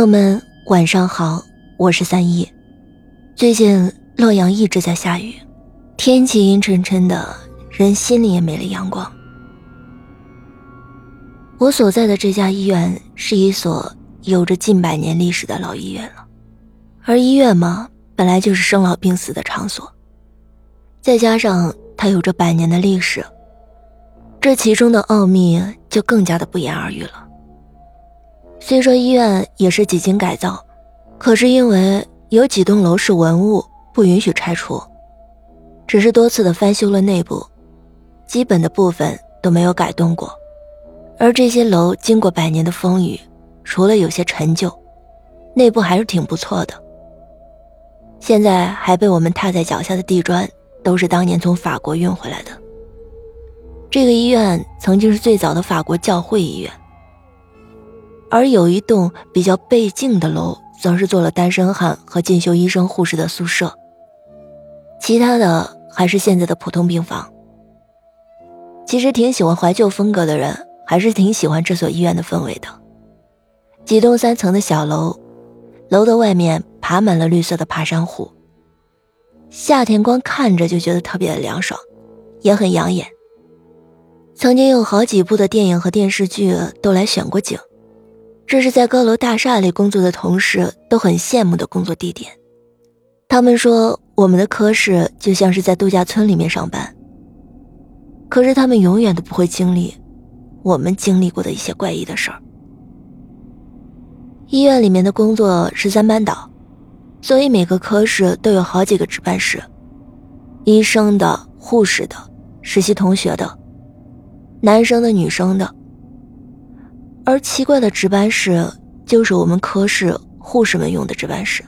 们晚上好，我是三一。最近洛阳一直在下雨，天气阴沉沉的，人心里也没了阳光。我所在的这家医院是一所有着近100年历史的老医院了，而医院嘛，本来就是生老病死的场所，再加上它有着100年的历史，这其中的奥秘就更加的不言而喻了。虽说医院也是几经改造，可是因为有几栋楼是文物，不允许拆除，只是多次的翻修了内部，基本的部分都没有改动过。而这些楼经过100年的风雨，除了有些陈旧，内部还是挺不错的。现在还被我们踏在脚下的地砖都是当年从法国运回来的。这个医院曾经是最早的法国教会医院，而有一栋比较背静的楼则是做了单身汉和进修医生护士的宿舍，其他的还是现在的普通病房。其实挺喜欢怀旧风格的人还是挺喜欢这所医院的氛围的。几栋3层的小楼，楼的外面爬满了绿色的爬山虎，夏天光看着就觉得特别的凉爽，也很养眼。曾经有好几部的电影和电视剧都来选过景，这是在高楼大厦里工作的同事都很羡慕的工作地点。他们说我们的科室就像是在度假村里面上班，可是他们永远都不会经历我们经历过的一些怪异的事儿。医院里面的工作是3班倒，所以每个科室都有好几个值班室，医生的、护士的、实习同学的，男生的、女生的。而奇怪的值班室就是我们科室护士们用的值班室。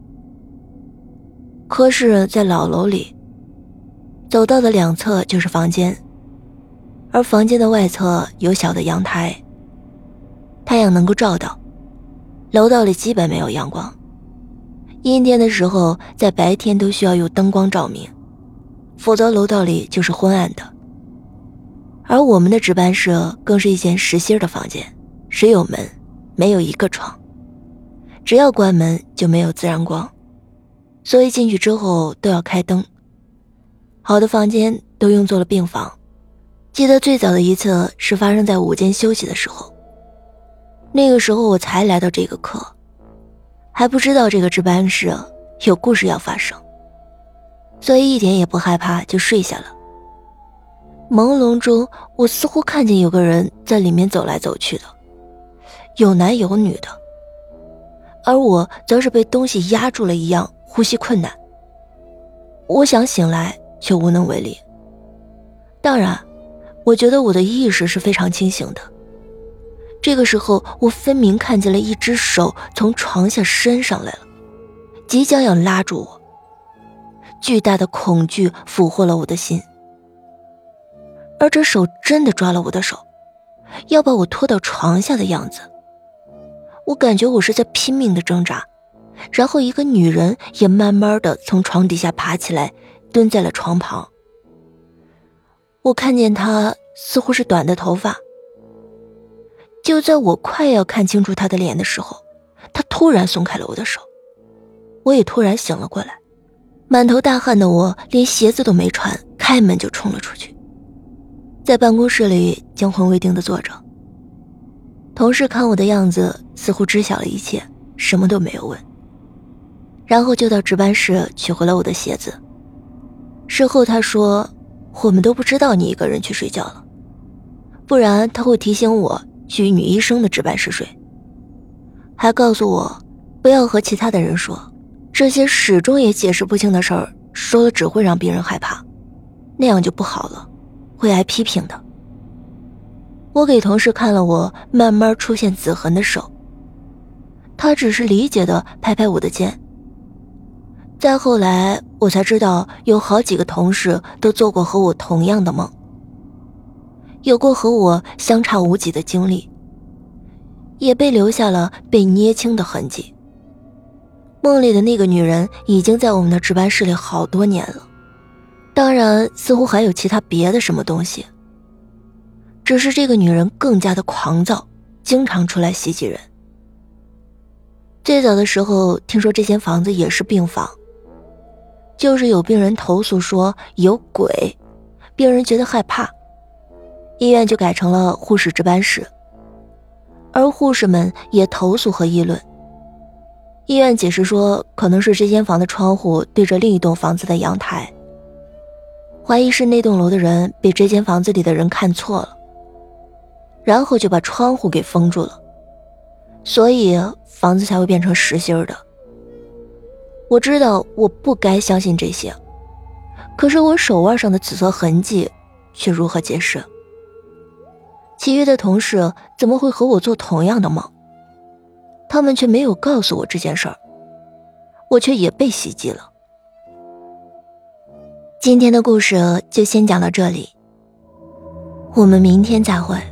科室在老楼里，走道的2侧就是房间，而房间的外侧有小的阳台，太阳能够照到，楼道里基本没有阳光。阴天的时候，在白天都需要有灯光照明，否则楼道里就是昏暗的。而我们的值班室更是一间实心的房间，只有门，没有一个窗，只要关门就没有自然光，所以进去之后都要开灯。好的房间都用作了病房。记得最早的一次是发生在午间休息的时候，那个时候我才来到这个科，还不知道这个值班室有故事要发生，所以一点也不害怕就睡下了。朦胧中我似乎看见有个人在里面走来走去的，有男有女的，而我则是被东西压住了一样，呼吸困难。我想醒来却无能为力。当然我觉得我的意识是非常清醒的。这个时候我分明看见了一只手从床下伸上来了，即将要拉住我。巨大的恐惧俘获了我的心，而这手真的抓了我的手，要把我拖到床下的样子。我感觉我是在拼命的挣扎，然后一个女人也慢慢的从床底下爬起来，蹲在了床旁。我看见她似乎是短的头发。就在我快要看清楚她的脸的时候，她突然松开了我的手，我也突然醒了过来。满头大汗的我连鞋子都没穿，开门就冲了出去，在办公室里惊魂未定地坐着。同事看我的样子似乎知晓了一切，什么都没有问，然后就到值班室取回了我的鞋子。事后他说，我们都不知道你一个人去睡觉了，不然他会提醒我去女医生的值班室睡，还告诉我不要和其他的人说，这些始终也解释不清的事儿，说了只会让别人害怕，那样就不好了，会挨批评的。我给同事看了我慢慢出现紫痕的手，他只是理解地拍拍我的肩。再后来我才知道，有好几个同事都做过和我同样的梦，有过和我相差无几的经历，也被留下了被捏青的痕迹。梦里的那个女人已经在我们的值班室里好多年了，当然似乎还有其他别的什么东西，只是这个女人更加的狂躁，经常出来袭击人。 最早的时候听说这间房子也是病房，就是有病人投诉说有鬼，病人觉得害怕，医院就改成了护士值班室，而护士们也投诉和议论。医院解释说，可能是这间房的窗户对着另一栋房子的阳台，怀疑是那栋楼的人被这间房子里的人看错了，然后就把窗户给封住了，所以房子才会变成实心的。我知道我不该相信这些，可是我手腕上的紫色痕迹却如何解释？其余的同事怎么会和我做同样的梦？他们却没有告诉我这件事儿，我却也被袭击了。今天的故事就先讲到这里，我们明天再会。